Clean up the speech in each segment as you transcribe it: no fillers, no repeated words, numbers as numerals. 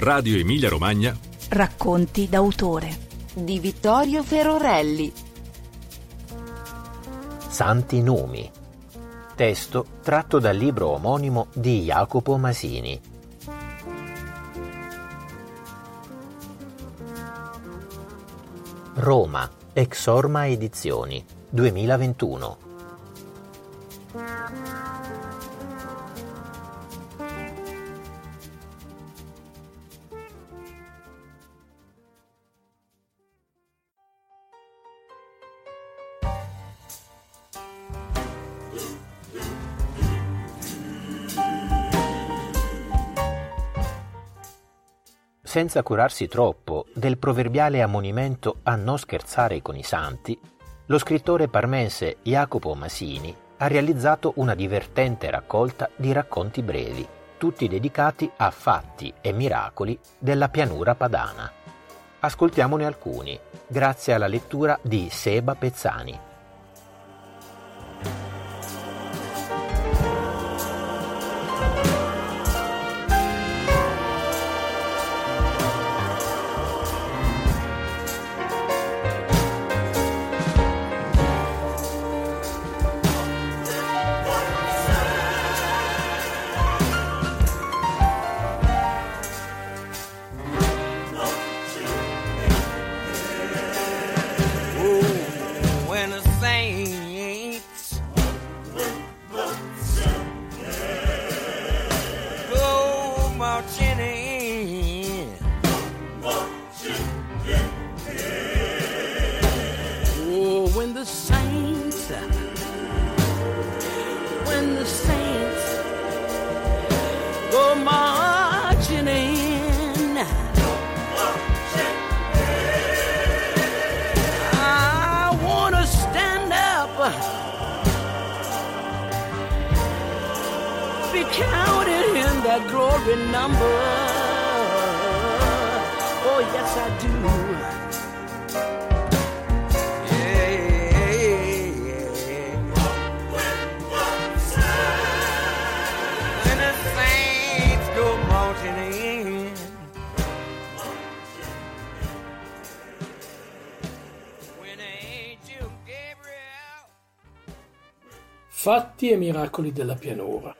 Radio Emilia Romagna. Racconti d'autore di Vittorio Ferorelli. Santi Numi. Testo tratto dal libro omonimo di Jacopo Masini. Roma, Exorma Edizioni, 2021. Senza curarsi troppo del proverbiale ammonimento a non scherzare con i santi, lo scrittore parmense Jacopo Masini ha realizzato una divertente raccolta di racconti brevi, tutti dedicati a fatti e miracoli della pianura padana. Ascoltiamone alcuni, grazie alla lettura di Seba Pezzani. Be counted in that glory number. Oh, yes, I do. When the saints go marching in. When the angel Gabriel. Fatti e miracoli della pianura.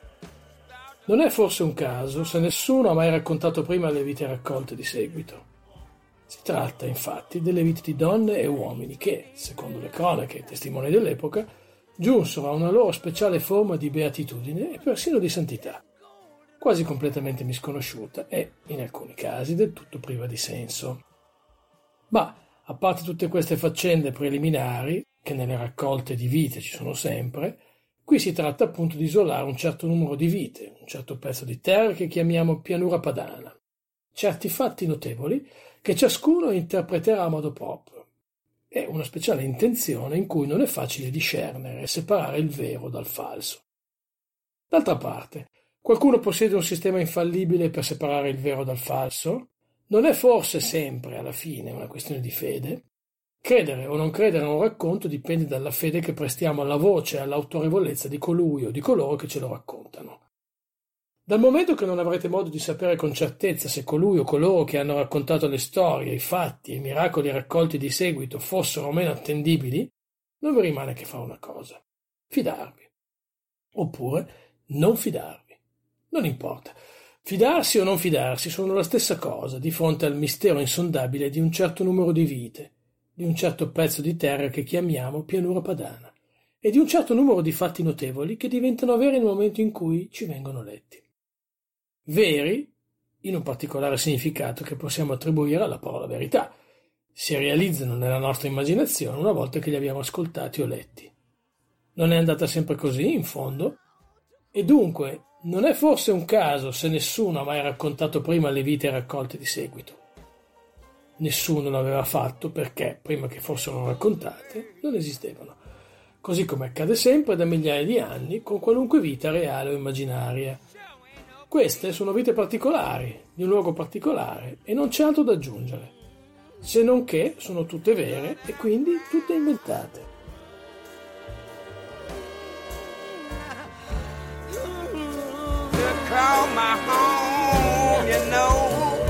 Non è forse un caso se nessuno ha mai raccontato prima le vite raccolte di seguito. Si tratta, infatti, delle vite di donne e uomini che, secondo le cronache e testimoni dell'epoca, giunsero a una loro speciale forma di beatitudine e persino di santità, quasi completamente misconosciuta e, in alcuni casi, del tutto priva di senso. Ma, a parte tutte queste faccende preliminari, che nelle raccolte di vite ci sono sempre, qui si tratta appunto di isolare un certo numero di vite, un certo pezzo di terra che chiamiamo pianura padana, certi fatti notevoli che ciascuno interpreterà a modo proprio. È una speciale intenzione in cui non è facile discernere e separare il vero dal falso. D'altra parte, qualcuno possiede un sistema infallibile per separare il vero dal falso? Non è forse sempre, alla fine, una questione di fede? Credere o non credere a un racconto dipende dalla fede che prestiamo alla voce e all'autorevolezza di colui o di coloro che ce lo raccontano. Dal momento che non avrete modo di sapere con certezza se colui o coloro che hanno raccontato le storie, i fatti e i miracoli raccolti di seguito fossero o meno attendibili, non vi rimane che fare una cosa: fidarvi. Oppure non fidarvi. Non importa. Fidarsi o non fidarsi sono la stessa cosa di fronte al mistero insondabile di un certo numero di vite, di un certo pezzo di terra che chiamiamo pianura padana, e di un certo numero di fatti notevoli che diventano veri nel momento in cui ci vengono letti. Veri in un particolare significato che possiamo attribuire alla parola verità. Si realizzano nella nostra immaginazione una volta che li abbiamo ascoltati o letti. Non è andata sempre così, in fondo? E dunque, non è forse un caso se nessuno ha mai raccontato prima le vite raccolte di seguito? Nessuno l'aveva fatto perché, prima che fossero raccontate, non esistevano, così come accade sempre da migliaia di anni con qualunque vita reale o immaginaria. Queste sono vite particolari, di un luogo particolare, e non c'è altro da aggiungere, se non che sono tutte vere e quindi tutte inventate. Call my home, you know.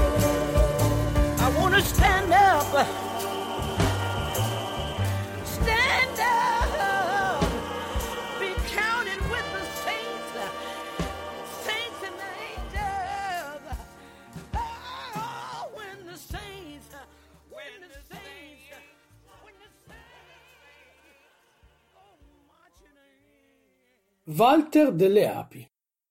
Walter delle api.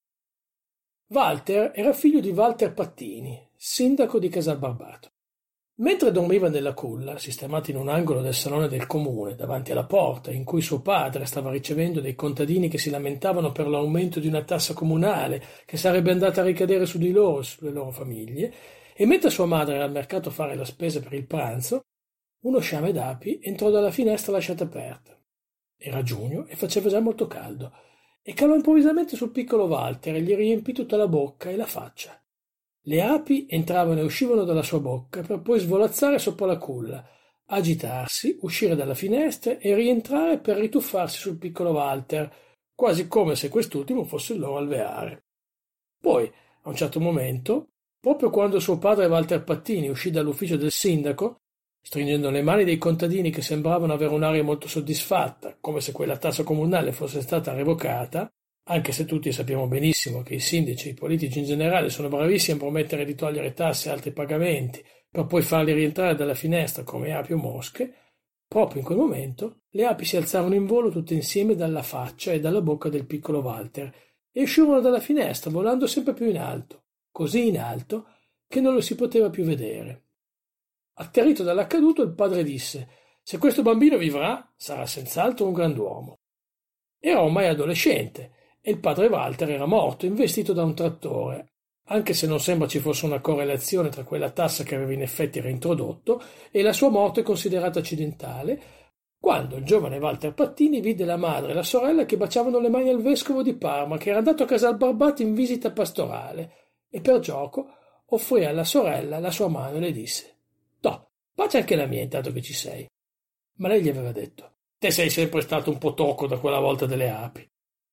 Walter era figlio di Walter Pattini, sindaco di Casalbarbato. Mentre dormiva nella culla, sistemato in un angolo del salone del comune, davanti alla porta, in cui suo padre stava ricevendo dei contadini che si lamentavano per l'aumento di una tassa comunale che sarebbe andata a ricadere su di loro e sulle loro famiglie, e mentre sua madre era al mercato a fare la spesa per il pranzo, uno sciame d'api entrò dalla finestra lasciata aperta. Era giugno e faceva già molto caldo, e calò improvvisamente sul piccolo Walter e gli riempì tutta la bocca e la faccia. Le api entravano e uscivano dalla sua bocca per poi svolazzare sopra la culla, agitarsi, uscire dalla finestra e rientrare per rituffarsi sul piccolo Walter, quasi come se quest'ultimo fosse il loro alveare. Poi, a un certo momento, proprio quando suo padre Walter Pattini uscì dall'ufficio del sindaco, stringendo le mani dei contadini che sembravano avere un'aria molto soddisfatta, come se quella tassa comunale fosse stata revocata, anche se tutti sappiamo benissimo che i sindaci e i politici in generale sono bravissimi a promettere di togliere tasse e altri pagamenti per poi farli rientrare dalla finestra come api o mosche, proprio in quel momento le api si alzarono in volo tutte insieme dalla faccia e dalla bocca del piccolo Walter e uscirono dalla finestra volando sempre più in alto, così in alto che non lo si poteva più vedere. Atterrito dall'accaduto, il padre disse: «Se questo bambino vivrà, sarà senz'altro un grand'uomo». Era ormai adolescente e il padre Walter era morto investito da un trattore, anche se non sembra ci fosse una correlazione tra quella tassa che aveva in effetti reintrodotto e la sua morte considerata accidentale, quando il giovane Walter Pattini vide la madre e la sorella che baciavano le mani al vescovo di Parma, che era andato a Casalbarbato in visita pastorale, e per gioco offrì alla sorella la sua mano e le disse: «Toh, bacia anche la mia intanto che ci sei». Ma lei gli aveva detto: «Te sei sempre stato un po' tocco da quella volta delle api».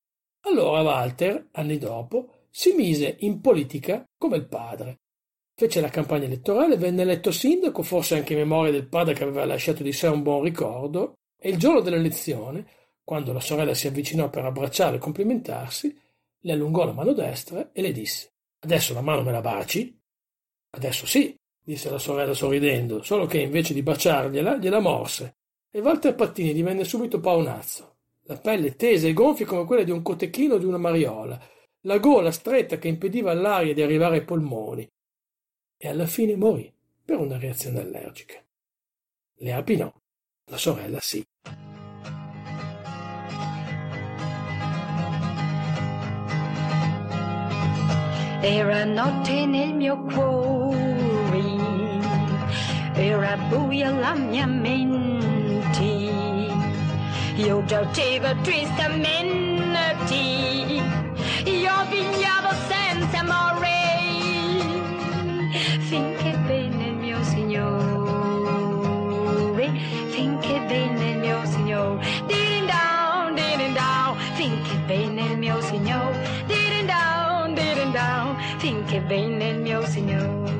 Allora Walter, anni dopo, si mise in politica come il padre. Fece la campagna elettorale, venne eletto sindaco, forse anche in memoria del padre che aveva lasciato di sé un buon ricordo, e il giorno dell'elezione, quando la sorella si avvicinò per abbracciarlo e complimentarsi, le allungò la mano destra e le disse: «Adesso la mano me la baci?» «Adesso sì», disse la sorella sorridendo, solo che invece di baciargliela, gliela morse, e Walter Pattini divenne subito paonazzo, la pelle tesa e gonfia come quella di un cotechino o di una mariola, la gola stretta che impediva all'aria di arrivare ai polmoni, e alla fine morì per una reazione allergica. Le api no, la sorella sì. Era notte nel mio cuore, era buia la mia mente, io giacevo tristemente, io pigliavo senza amore, finché venne il mio Signore, finché venne il mio Signore, didn't down, finché venne il mio Signore, didn't down, finché venne il mio Signore.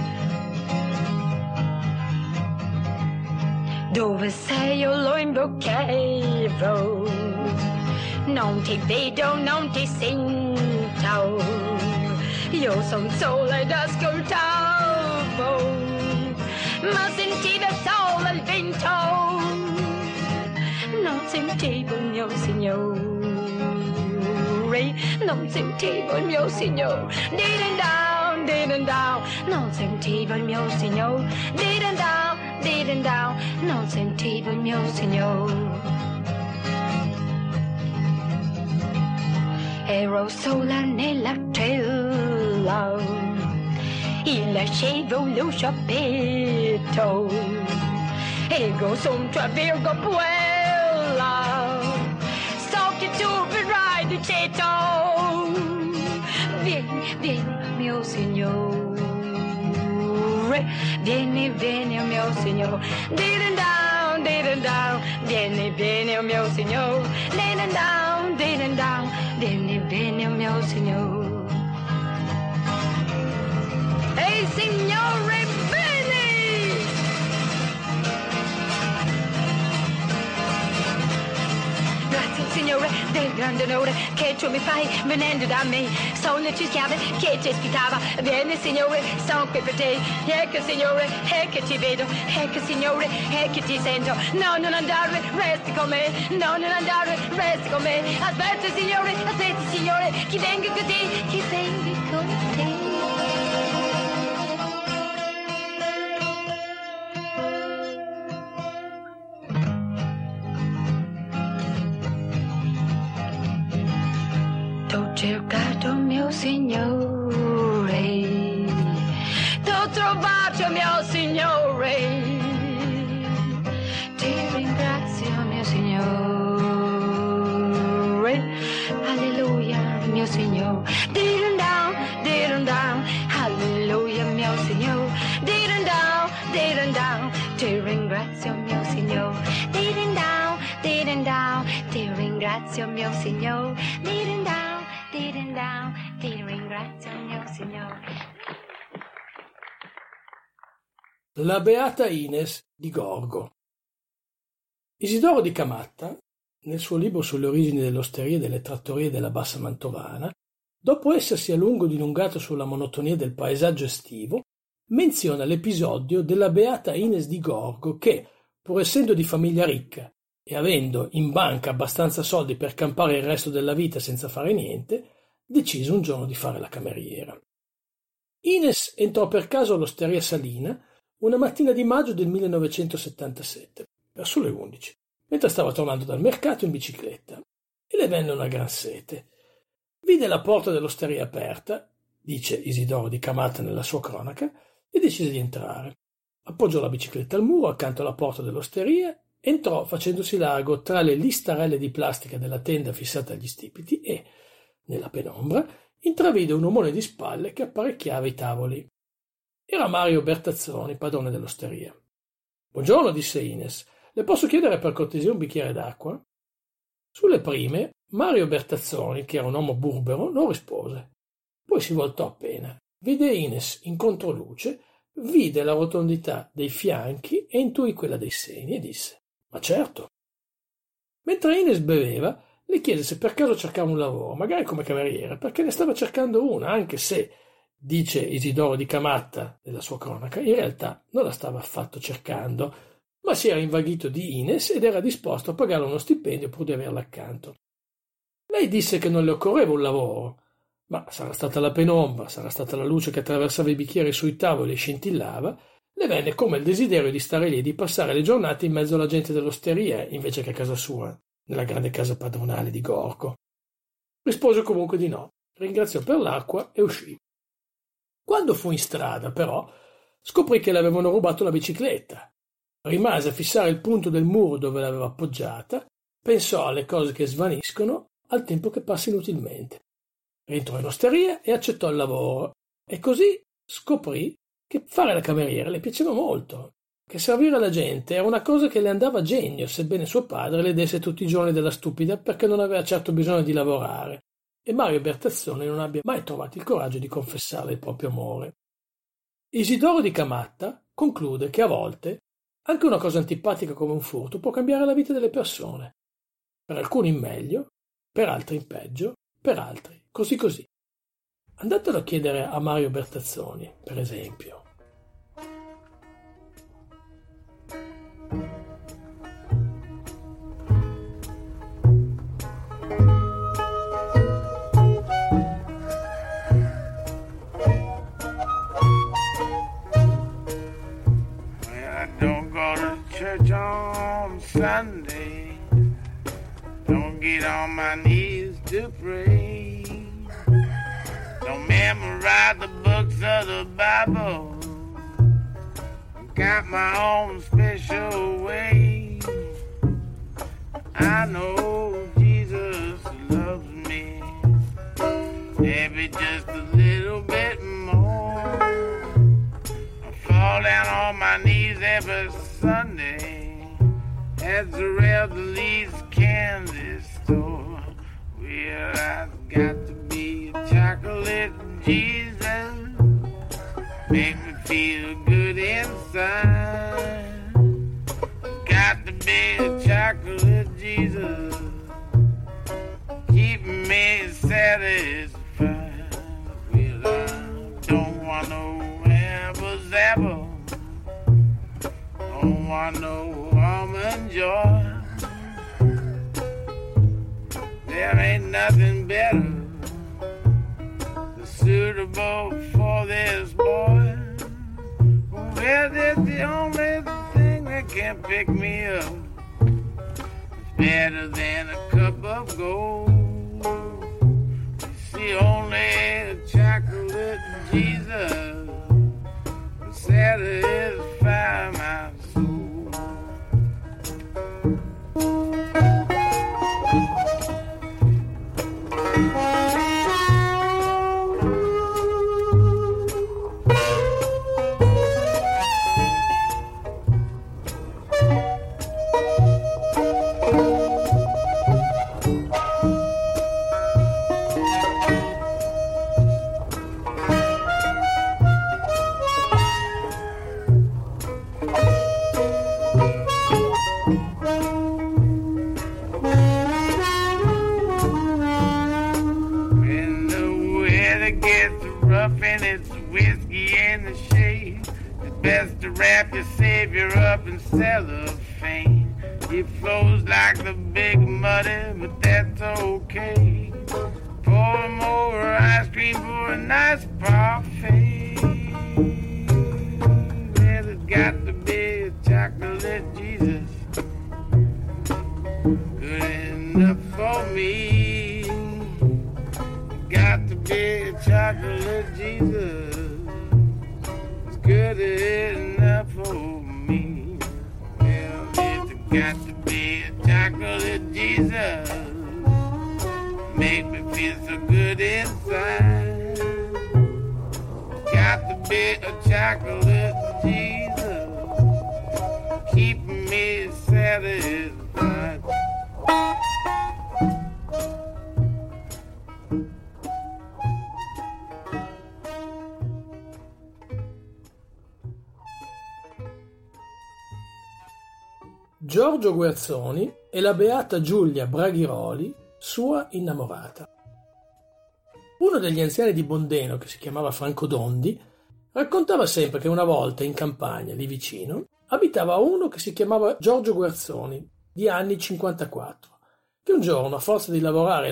Dove sei io lo invochevo, non ti vedo, non ti sento, io son sola ed ascoltavo, ma sentivo solo il vento, non sentivo il mio Signore, non sentivo il mio Signore, didn't down, non sentivo il mio Signore, didn't down, non sentivo il mio Signore. Ero sola nella cella, e lasciavo l'uscio aperto, ego son travergo quella, so che tu verrai di ceto, vieni mio Signore, vieni mio Signore, didn't down, vieni mio Signore, didn't down, vieni mio Signore. Ehi Signore, vieni! Grazie Signore del grande onore che tu mi fai venendo da me. Sono le tue schiave che ti aspettava. Vieni Signore, sono qui per te. Ecco Signore, è che ti vedo. Ecco Signore, è che ti sento. No, non andare, resti con me. No, non andare, resti con me. Aspetta Signore, che venga con te, che venga con te. T'ho cercato mio Signore, t'ho trovato mio Signore, ti ringrazio mio Signore, alleluia mio Signore, didn't down, alleluia mio Signore, didn't down, ti ringrazio mio Signore, didn't down, ti ringrazio mio Signore, didn't down, ti ringrazio mio Signore. La beata Ines di Gorgo. Isidoro di Camatta, nel suo libro sulle origini delle osterie e delle trattorie della Bassa Mantovana, dopo essersi a lungo dilungato sulla monotonia del paesaggio estivo, menziona l'episodio della beata Ines di Gorgo che, pur essendo di famiglia ricca e avendo in banca abbastanza soldi per campare il resto della vita senza fare niente, decise un giorno di fare la cameriera. Ines entrò per caso all'Osteria Salina una mattina di maggio del 1977, verso le 11, mentre stava tornando dal mercato in bicicletta, e le venne una gran sete. Vide la porta dell'osteria aperta, dice Isidoro di Camatta nella sua cronaca, e decise di entrare. Appoggiò la bicicletta al muro accanto alla porta dell'osteria, entrò facendosi largo tra le listarelle di plastica della tenda fissata agli stipiti e, nella penombra, intravide un omone di spalle che apparecchiava i tavoli. Era Mario Bertazzoni, padrone dell'osteria. «Buongiorno», disse Ines, «le posso chiedere per cortesia un bicchiere d'acqua?» Sulle prime, Mario Bertazzoni, che era un uomo burbero, non rispose. Poi si voltò appena. Vide Ines in controluce, vide la rotondità dei fianchi e intuì quella dei seni e disse: «Ma certo». Mentre Ines beveva, le chiese se per caso cercava un lavoro, magari come cameriera, perché ne stava cercando una, anche se, dice Isidoro di Camatta nella sua cronaca, in realtà non la stava affatto cercando, ma si era invaghito di Ines ed era disposto a pagare uno stipendio pur di averla accanto. Lei disse che non le occorreva un lavoro, ma sarà stata la penombra, sarà stata la luce che attraversava i bicchieri sui tavoli e scintillava, le venne come il desiderio di stare lì e di passare le giornate in mezzo alla gente dell'osteria invece che a casa sua, nella grande casa padronale di Gorgo. Rispose comunque di no, ringraziò per l'acqua e uscì. Quando fu in strada, però, scoprì che le avevano rubato la bicicletta. Rimase a fissare il punto del muro dove l'aveva appoggiata, pensò alle cose che svaniscono al tempo che passa inutilmente. Rientrò in osteria e accettò il lavoro, e così scoprì che fare la cameriera le piaceva molto, che servire la gente era una cosa che le andava a genio, sebbene suo padre le desse tutti i giorni della stupida perché non aveva certo bisogno di lavorare, e Mario Bertazzoni non abbia mai trovato il coraggio di confessarle il proprio amore. Isidoro di Camatta conclude che a volte anche una cosa antipatica come un furto può cambiare la vita delle persone, per alcuni in meglio, per altri in peggio, per altri così. Andatelo a chiedere a Mario Bertazzoni, per esempio. Church on Sunday, don't get on my knees to pray, don't memorize the books of the Bible, got my own special way. I know Jesus loves me, maybe just a little bit more. I fall down on my knees every Sunday at the Reveley's candy store. Well, I've got to be a chocolate Jesus, make me feel good inside. Got to be a chocolate Jesus, satisfied. Well, I don't want no apple. Don't want no almond joy. There ain't nothing better suitable for this boy. Well, that's the only thing that can pick me up. It's better than a cup of gold. You see, only a chocolate Jesus will satisfy my soul. And it's whiskey in the shade. It's best to wrap your savior up in cellophane. It flows like the big muddy, but that's okay. Pour him over ice cream for a nice parfait. Well, it's got to be a chocolate Jesus, good enough for me. Got to be a chocolate Jesus, it's good enough for me. Well, it's got to be a chocolate Jesus, make me feel so good inside. Got to be a chocolate Jesus, keep me satisfied. Giorgio Guerzoni e la beata Giulia Braghiroli, sua innamorata. Uno degli anziani di Bondeno, che si chiamava Franco Dondi, raccontava sempre che una volta in campagna, lì vicino, abitava uno che si chiamava Giorgio Guerzoni, di anni 54, che un giorno, a forza di lavorare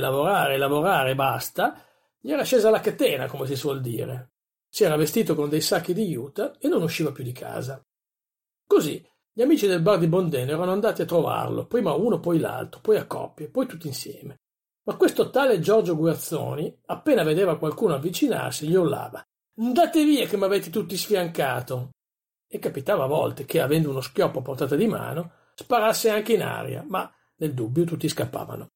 e basta, gli era scesa la catena, come si suol dire. Si era vestito con dei sacchi di juta e non usciva più di casa. Così, gli amici del bar di Bondeno erano andati a trovarlo, prima uno, poi l'altro, poi a coppie, poi tutti insieme. Ma questo tale Giorgio Guerzoni, appena vedeva qualcuno avvicinarsi, gli urlava: «Andate via che mi avete tutti sfiancato!» E capitava a volte che, avendo uno schioppo a portata di mano, sparasse anche in aria, ma nel dubbio tutti scappavano.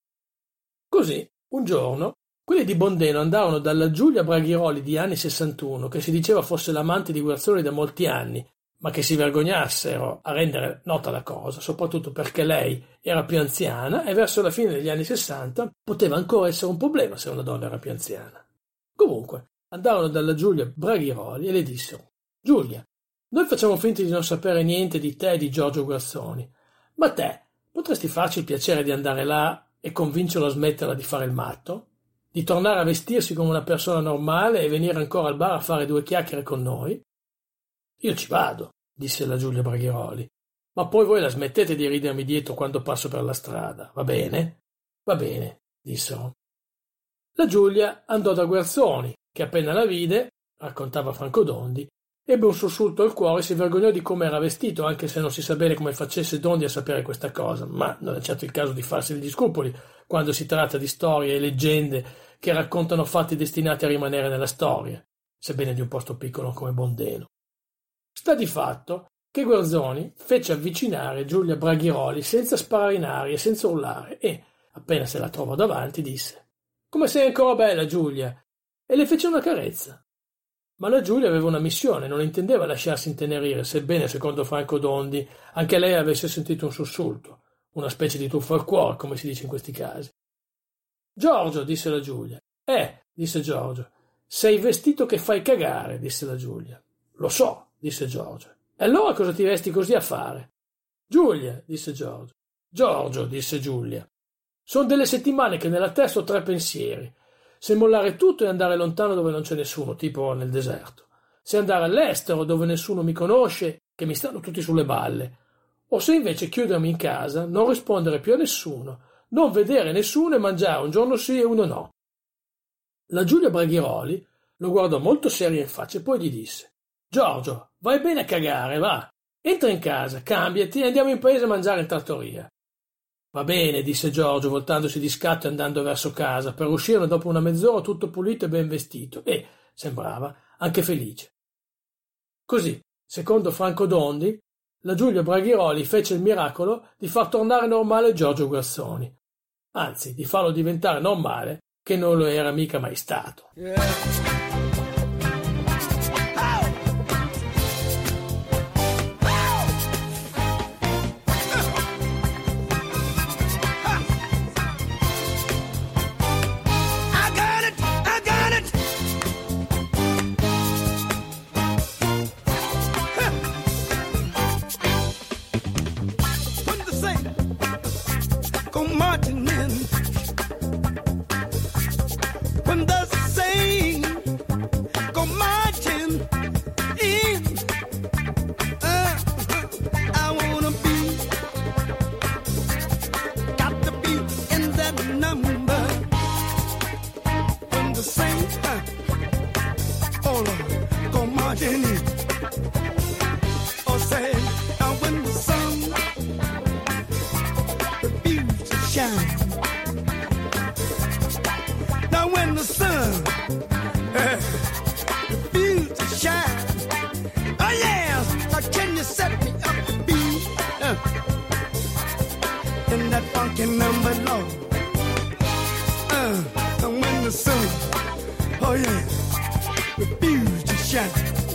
Così, un giorno, quelli di Bondeno andarono dalla Giulia Braghiroli di anni 61, che si diceva fosse l'amante di Guerzoni da molti anni, ma che si vergognassero a rendere nota la cosa, soprattutto perché lei era più anziana e verso la fine degli anni 60 poteva ancora essere un problema se una donna era più anziana. Comunque, andarono dalla Giulia Braghiroli e le dissero: «Giulia, noi facciamo finta di non sapere niente di te e di Giorgio Guerzoni, ma te potresti farci il piacere di andare là e convincerlo a smetterla di fare il matto? Di tornare a vestirsi come una persona normale e venire ancora al bar a fare due chiacchiere con noi?» «Io ci vado», disse la Giulia Braghiroli, «ma poi voi la smettete di ridermi dietro quando passo per la strada, va bene?» «Va bene», dissero. La Giulia andò da Guerzoni, che appena la vide, raccontava Franco Dondi, ebbe un sussulto al cuore e si vergognò di come era vestito, anche se non si sa bene come facesse Dondi a sapere questa cosa, ma non è certo il caso di farsi degli scrupoli quando si tratta di storie e leggende che raccontano fatti destinati a rimanere nella storia, sebbene di un posto piccolo come Bondeno. Sta di fatto che Guerzoni fece avvicinare Giulia Braghiroli senza sparare in aria e senza urlare e, appena se la trovò davanti, disse: «Come sei ancora bella, Giulia!» e le fece una carezza. Ma la Giulia aveva una missione, non intendeva lasciarsi intenerire, sebbene, secondo Franco Dondi, anche lei avesse sentito un sussulto, una specie di tuffo al cuore, come si dice in questi casi. «Giorgio», disse la Giulia. Disse Giorgio. «Sei vestito che fai cagare», disse la Giulia. «Lo so», disse Giorgio. «E allora cosa ti vesti così a fare?» «Giulia», disse Giorgio. «Giorgio», disse Giulia. «Sono delle settimane che nella testa ho tre pensieri. se mollare tutto e andare lontano dove non c'è nessuno, tipo nel deserto, se andare all'estero dove nessuno mi conosce, che mi stanno tutti sulle balle, o se invece chiudermi in casa, non rispondere più a nessuno, non vedere nessuno e mangiare un giorno sì e uno no. La Giulia Braghiroli lo guardò molto seria in faccia e poi gli disse: Giorgio, vai bene a cagare, va. Entra in casa, cambiati e andiamo in paese a mangiare in trattoria. Va bene, disse Giorgio, voltandosi di scatto e andando verso casa, per uscire dopo una mezz'ora tutto pulito e ben vestito e, sembrava, anche felice. Così, secondo Franco Dondi, la Giulia Braghiroli fece il miracolo di far tornare normale Giorgio Guerzoni. Anzi, di farlo diventare normale, che non lo era mica mai stato. In that funky number, Lord. And when the sun, oh yeah, refused to shine.